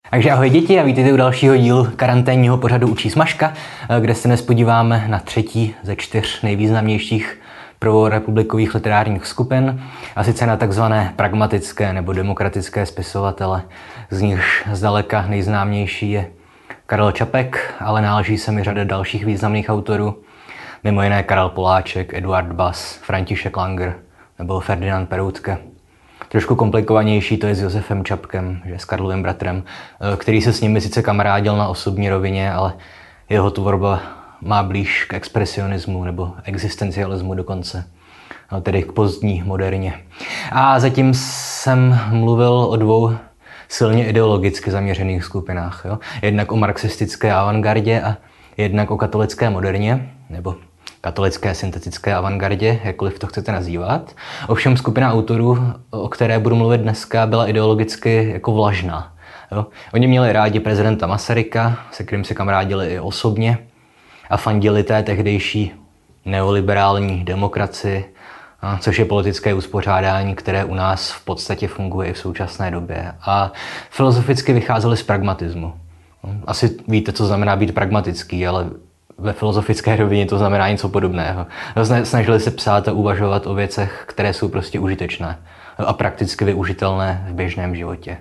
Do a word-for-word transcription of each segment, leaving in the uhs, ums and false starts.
Takže ahoj děti a vítejte u dalšího dílu karanténního pořadu Učí Smažka, kde se dnes podíváme na třetí ze čtyř nejvýznamnějších prvorepublikových literárních skupin, a sice na takzvané pragmatické nebo demokratické spisovatele. Z nichž zdaleka nejznámější je Karel Čapek, ale náleží se mi řada dalších významných autorů, mimo jiné Karel Poláček, Eduard Bass, František Langer nebo Ferdinand Peroutka. Trošku komplikovanější to je s Josefem Čapkem, že s Karlovým bratrem, který se s nimi sice kamarádil na osobní rovině, ale jeho tvorba má blíž k expresionismu nebo existencialismu dokonce, no, tedy k pozdní moderně. A zatím jsem mluvil o dvou silně ideologicky zaměřených skupinách. Jo? Jednak o marxistické avantgardě a jednak o katolické moderně, nebo katolické syntetické avantgardě, jakkoliv to chcete nazývat. Ovšem skupina autorů, o které budu mluvit dneska, byla ideologicky jako vlažná. Jo? Oni měli rádi prezidenta Masaryka, se kterým se kamarádili i osobně, a fandili té tehdejší neoliberální demokracii, což je politické uspořádání, které u nás v podstatě funguje i v současné době. A filozoficky vycházeli z pragmatismu. Asi víte, co znamená být pragmatický, ale ve filozofické rovině to znamená něco podobného. Snažili se psát a uvažovat o věcech, které jsou prostě užitečné a prakticky využitelné v běžném životě.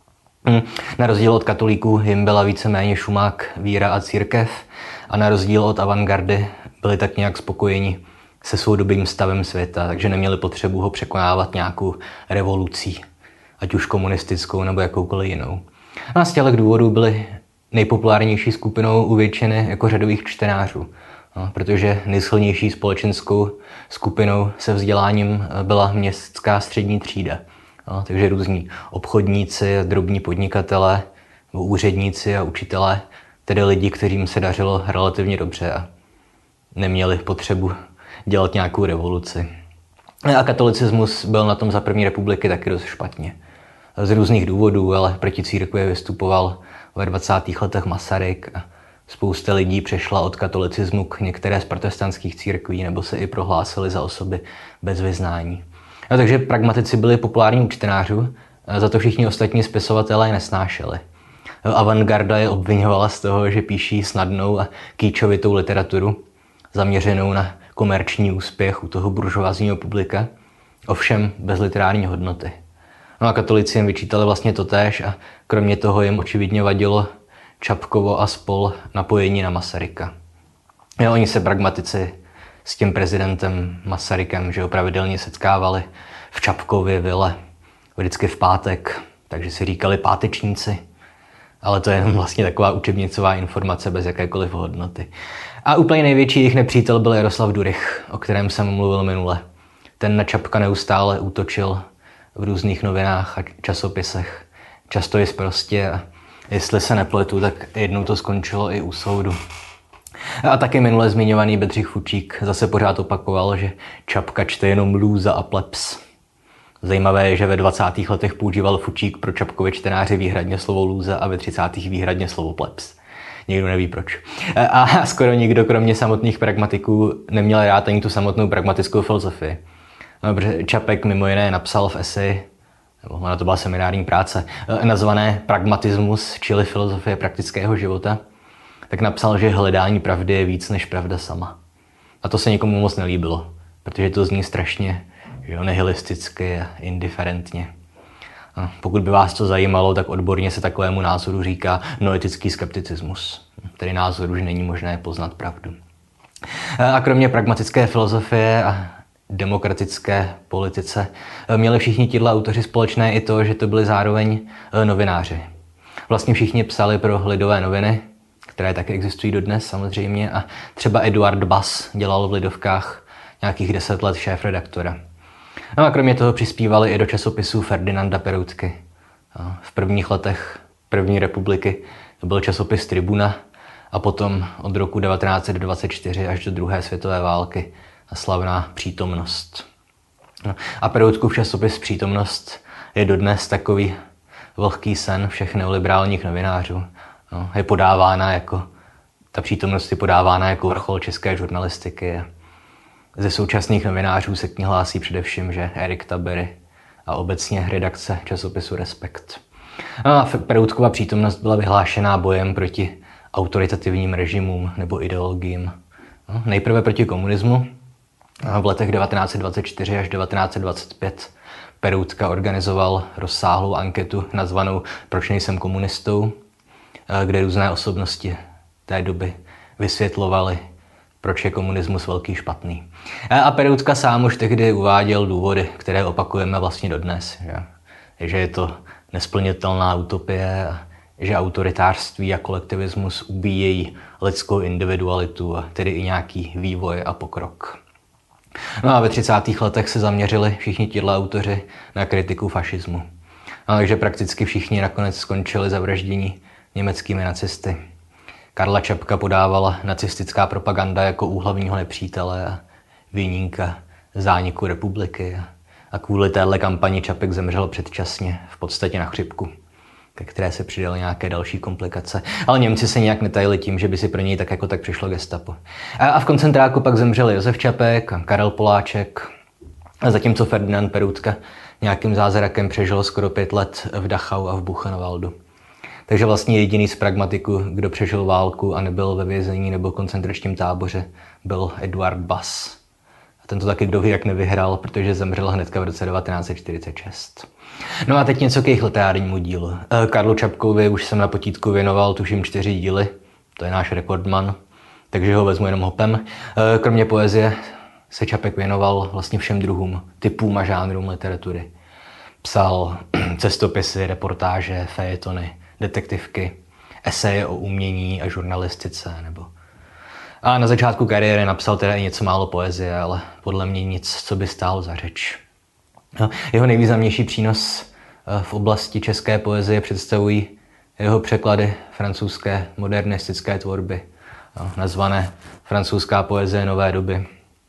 Na rozdíl od katolíků jim byla víceméně šumák víra a církev, a na rozdíl od avantgardy byli tak nějak spokojeni se soudobým stavem světa, takže neměli potřebu ho překonávat nějakou revolucí, ať už komunistickou nebo jakoukoliv jinou. A z těchto důvodů byli nejpopulárnější skupinou u většiny jako řadových čtenářů, no, protože nejsilnější společenskou skupinou se vzděláním byla městská střední třída. No, takže různí obchodníci, drobní podnikatelé, úředníci a učitelé, tedy lidi, kterým se dařilo relativně dobře a neměli potřebu dělat nějakou revoluci. A katolicismus byl na tom za první republiky taky dost špatně. Z různých důvodů, ale proti církvi vystupoval ve dvacátých letech Masaryk a spousta lidí přešla od katolicismu k některé z protestantských církví nebo se i prohlásili za osoby bez vyznání. No, takže pragmatici byli populární u čtenářů, za to všichni ostatní spisovatelé je nesnášeli. Avantgarda je obvinovala z toho, že píší snadnou a kýčovitou literaturu, zaměřenou na komerční úspěch u toho buržoazního publika, ovšem bez literární hodnoty. No a katolíci jim vyčítali vlastně totéž a kromě toho jim očividně vadilo Čapkovo a spol napojení na Masaryka. Jo, oni se pragmatici s tím prezidentem Masarykem, že ho pravidelně setkávali v Čapkově vile, vždycky v pátek, takže si říkali pátečníci. Ale to je jenom vlastně taková učebnicová informace bez jakékoliv hodnoty. A úplně největší jejich nepřítel byl Jaroslav Durych, o kterém jsem mluvil minule. Ten na Čapka neustále útočil v různých novinách a časopisech. Často i sprostě, a jestli se nepletu, tak jednou to skončilo i u soudu. A taky minule zmiňovaný Bedřich Fučík zase pořád opakoval, že Čapka čte jenom lůza a plebs. Zajímavé je, že ve dvacátých letech používal Fučík pro Čapkově čtenáři výhradně slovo lůza a ve třicátých výhradně slovo plebs. Nikdo neví proč. A skoro nikdo, kromě samotných pragmatiků, neměl rád ani tu samotnou pragmatickou filozofii. No, protože Čapek mimo jiné napsal v eseji, nebo ona to byla seminární práce, nazvané Pragmatismus, čili filozofie praktického života, tak napsal, že hledání pravdy je víc než pravda sama. A to se nikomu moc nelíbilo, protože to zní strašně že nihilisticky a indiferentně. A pokud by vás to zajímalo, tak odborně se takovému názoru říká noetický skepticismus, tedy názoru, že není možné poznat pravdu. A kromě pragmatické filozofie a demokratické politice měli všichni tihle autoři společné i to, že to byli zároveň novináři. Vlastně všichni psali pro Lidové noviny, které taky existují dodnes samozřejmě, a třeba Eduard Bass dělal v Lidovkách nějakých deset let šéfredaktora. No a kromě toho přispívali i do časopisů Ferdinanda Peroutky. V prvních letech první republiky to byl časopis Tribuna a potom od roku devatenáct set dvacet čtyři až do druhé světové války a slavná Přítomnost. No a Peroutkův časopis Přítomnost je dodnes takový vlhký sen všech neoliberálních novinářů. No, je podávána jako, ta Přítomnost je podávána jako vrchol české žurnalistiky. Ze současných novinářů se k ní hlásí především, že Erik Tabery a obecně redakce časopisu Respekt. No a Peroutkova přítomnost byla vyhlášená bojem proti autoritativním režimům nebo ideologiím. No, nejprve proti komunismu. V letech devatenáct set dvacet čtyři až devatenáct set dvacet pět Peroutka organizoval rozsáhlou anketu nazvanou Proč nejsem komunistou, kde různé osobnosti té doby vysvětlovaly, proč je komunismus velký špatný. A Peroutka sám už tehdy uváděl důvody, které opakujeme vlastně dodnes. Že, že je to nesplnitelná utopie, že autoritářství a kolektivismus ubíjejí lidskou individualitu a tedy i nějaký vývoj a pokrok. No a ve třicátých letech se zaměřili všichni tihle autoři na kritiku fašismu. No, takže prakticky všichni nakonec skončili zavraždění německými nacisty. Karla Čapka podávala nacistická propaganda jako úhlavního nepřítele a viníka zániku republiky. A kvůli téhle kampani Čapek zemřel předčasně, v podstatě na chřipku, ke které se přidaly nějaké další komplikace. Ale Němci se nějak netajili tím, že by si pro něj tak jako tak přišlo gestapo. A v koncentráku pak zemřeli Josef Čapek a Karel Poláček. A zatímco Ferdinand Peroutka nějakým zázrakem přežil skoro pět let v Dachau a v Buchenwaldu. Takže vlastně jediný z pragmatiků, kdo přežil válku a nebyl ve vězení nebo koncentračním táboře, byl Eduard Bass. A ten to taky kdo ví, jak nevyhrál, protože zemřel hnedka v roce devatenáct set čtyřicet šest. No a teď něco k jejich literárnímu dílu. Karlu Čapkovi už jsem na potítku věnoval tuším čtyři díly, to je náš rekordman, takže ho vezmu jenom hopem. Kromě poezie se Čapek věnoval vlastně všem druhům, typům a žánrům literatury. Psal cestopisy, reportáže, fejetony, detektivky, eseje o umění a žurnalistice. Nebo... A na začátku kariéry napsal teda i něco málo poezie, ale podle mě nic, co by stálo za řeč. Jeho nejvýznamnější přínos v oblasti české poezie představují jeho překlady francouzské modernistické tvorby, nazvané Francouzská poezie nové doby.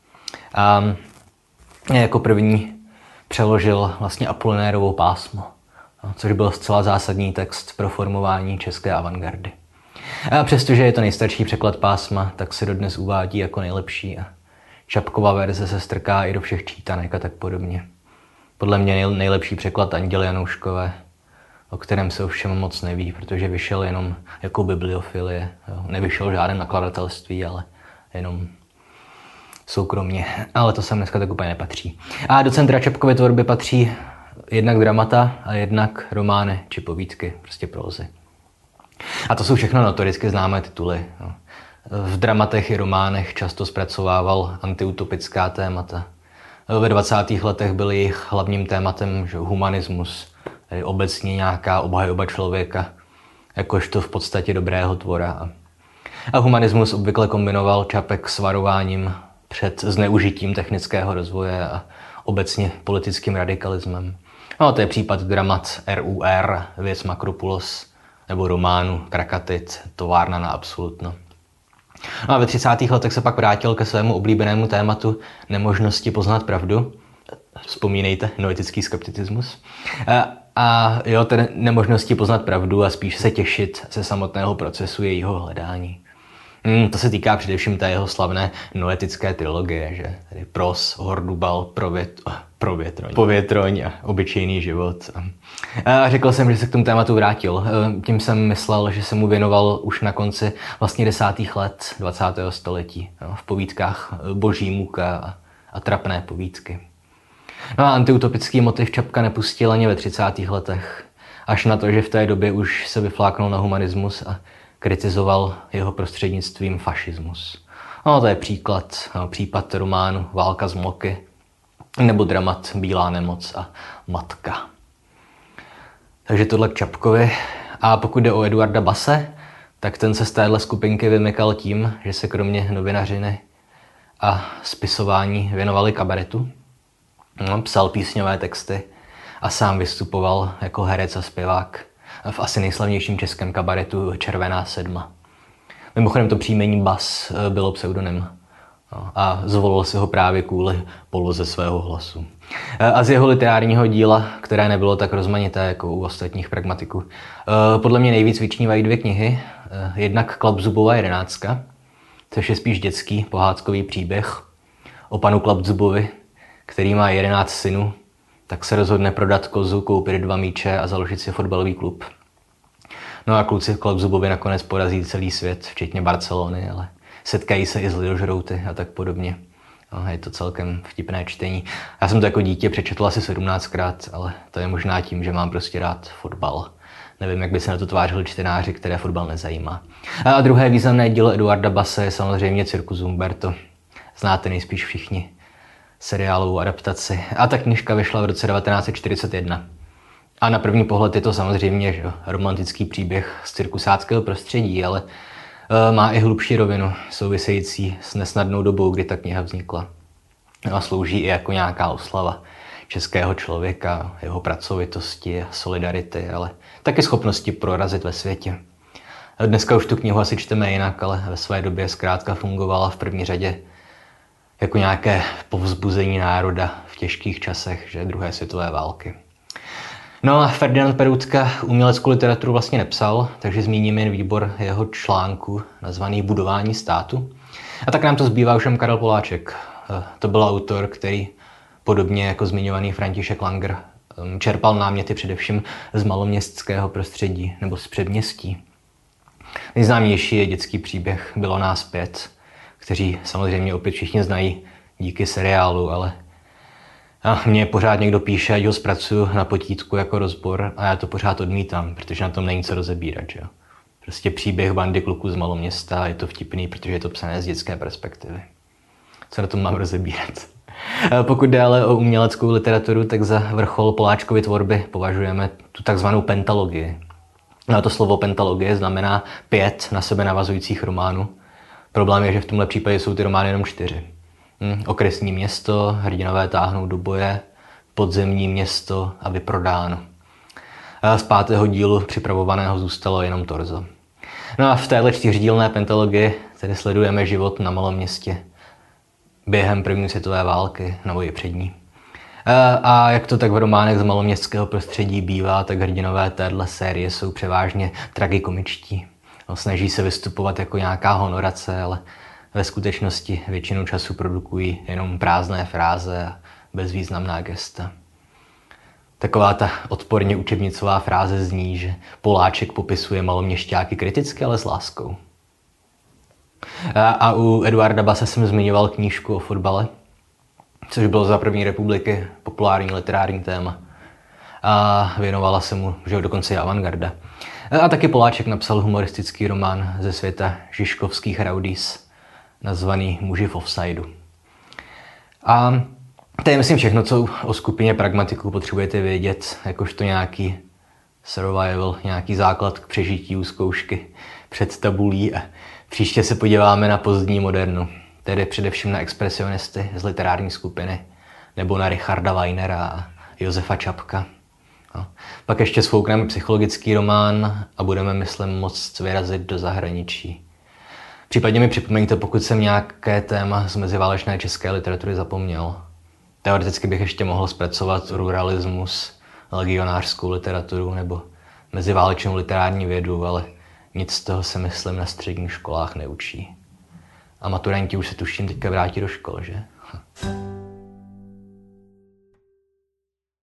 A jako první přeložil vlastně Apolinérovo Pásmo, což byl zcela zásadní text pro formování české avantgardy. A přestože je to nejstarší překlad Pásma, tak se dodnes uvádí jako nejlepší a Čapkova verze se strká i do všech čítanek a tak podobně. Podle mě nejlepší překlad Anděly Janouškové, o kterém se ovšem moc neví, protože vyšel jenom jako bibliofilie. Nevyšel žádné nakladatelství, ale jenom soukromně. Ale to sem dneska tak úplně nepatří. A do centra Čapkovy tvorby patří jednak dramata a jednak romány či povídky, prostě prózy. A to jsou všechno notoricky známé tituly. V dramatech i románech často zpracovával antiutopická témata. Ve dvacátých letech byl jejich hlavním tématem že humanismus, tedy obecně nějaká obhajoba člověka, jakožto v podstatě dobrého tvora. A humanismus obvykle kombinoval Čapek s varováním před zneužitím technického rozvoje a obecně politickým radikalismem. No, to je případ dramat R U R, Věc Makropulos, nebo románu Krakatit, Továrna na absolutno. No a ve třicátých letech se pak vrátil ke svému oblíbenému tématu nemožnosti poznat pravdu. Vzpomínejte, noetický skepticismus. A, a jo, té nemožnosti poznat pravdu a spíš se těšit ze samotného procesu jejího hledání. Hmm, to se týká především té jeho slavné noetické trilogie, že? Tedy Pros, Hordubal, Provět, Provětroň, Povětroň a Obyčejný život. A řekl jsem, že se k tomu tématu vrátil. Tím jsem myslel, že se mu věnoval už na konci vlastně desátých let dvacátého století. No, v povídkách Boží muka a, a trapné povídky. No a antiutopický motiv Čapka nepustil ani ve třicátých letech. Až na to, že v té době už se vyfláknul na humanismus a kritizoval jeho prostřednictvím fašismus. No, to je příklad, no, případ románu Válka z Mloky nebo dramat Bílá nemoc a Matka. Takže tohle k Čapkovi. A pokud jde o Eduarda Basse, tak ten se z téhle skupinky vymykal tím, že se kromě novinařiny a spisování věnovali kabaretu. No, psal písňové texty a sám vystupoval jako herec a zpěvák v asi nejslavnějším českém kabaretu Červená sedma. Mimochodem to příjmení Bas bylo pseudonym a zvolil si ho právě kvůli poloze svého hlasu. A z jeho literárního díla, které nebylo tak rozmanité jako u ostatních pragmatiků, podle mě nejvíc vyčnívají dvě knihy. Jednak Klapzubova jedenáctka, což je spíš dětský pohádkový příběh o panu Klapzubovi, který má jedenáct synů tak se rozhodne prodat kozu, koupit dva míče a založit si fotbalový klub. No a kluci v Klausubovi nakonec porazí celý svět, včetně Barcelony, ale setkají se i s lidožrouty a tak podobně. No, je to celkem vtipné čtení. Já jsem to jako dítě přečetl asi sedmnáctkrát, ale to je možná tím, že mám prostě rád fotbal. Nevím, jak by se na to tvářili čtenáři, které fotbal nezajímá. A druhé významné dílo Eduarda Basse je samozřejmě Cirkus Humberto. Znáte nejspíš všichni seriálovou adaptaci. A ta knížka vyšla v roce devatenáct set čtyřicet jedna. A na první pohled je to samozřejmě že, romantický příběh z cirkusáckého prostředí, ale e, má i hlubší rovinu, související s nesnadnou dobou, kdy ta kniha vznikla. A slouží i jako nějaká oslava českého člověka, jeho pracovitosti a solidarity, ale taky schopnosti prorazit ve světě. Dneska už tu knihu asi čteme jinak, ale ve své době zkrátka fungovala v první řadě jako nějaké povzbuzení národa v těžkých časech, že druhé světové války. No a Ferdinand Peroutka uměleckou literaturu vlastně nepsal, takže zmíním jen výbor jeho článku nazvaný Budování státu. A tak nám to zbývá už jen Karel Poláček. To byl autor, který podobně jako zmiňovaný František Langer čerpal náměty především z maloměstského prostředí nebo z předměstí. Nejznámější je dětský příběh Bylo nás pět, kteří samozřejmě opět všichni znají díky seriálu, ale a mě pořád někdo píše, ať ho zpracuju na potítku jako rozbor a já to pořád odmítám, protože na tom není co rozebírat. Že? Prostě příběh bandy kluků z maloměsta, je to vtipný, protože je to psané z dětské perspektivy. Co na tom mám rozebírat? Pokud jde ale o uměleckou literaturu, tak za vrchol Poláčkovy tvorby považujeme tu takzvanou pentalogii. No to slovo pentalogie znamená pět na sebe navazujících románů. Problém je, že v tomhle případě jsou ty romány jenom čtyři. Hm, okresní město, hrdinové táhnou do boje, podzemní město a vyprodáno. A z pátého dílu připravovaného zůstalo jenom torzo. No a v téhle čtyřdílné pentalogii tedy sledujeme život na malém městě během první světové války, nebo i před ní. A, a jak to tak v románech z maloměstského prostředí bývá, tak hrdinové téhle série jsou převážně tragikomičtí. No, snaží se vystupovat jako nějaká honorace, ale ve skutečnosti většinu času produkují jenom prázdné fráze a bezvýznamná gesta. Taková ta odporně učebnicová fráze zní, že Poláček popisuje maloměšťáky kriticky, ale s láskou. A, a u Eduarda Basse jsem zmiňoval knížku o fotbale, což bylo za první republiky populární literární téma. A věnovala se mu, že dokonce i avantgarda. A taky Poláček napsal humoristický román ze světa žižkovských rowdies, nazvaný Muži v offsideu. A to je myslím všechno, co o skupině pragmatiků potřebujete vědět, jakožto nějaký survival, nějaký základ k přežití u zkoušky před tabulí. A příště se podíváme na pozdní modernu, tedy především na expresionisty z literární skupiny, nebo na Richarda Weinera a Josefa Čapka. No. Pak ještě sfoukneme psychologický román a budeme, myslím, moct vyrazit do zahraničí. Případně mi připomeňte, pokud jsem nějaké téma z meziválečné české literatury zapomněl. Teoreticky bych ještě mohl zpracovat ruralismus, legionářskou literaturu nebo meziválečnou literární vědu, ale nic z toho se, myslím, na středních školách neučí. A maturanti už se tuším teďka vrátí do škol, že?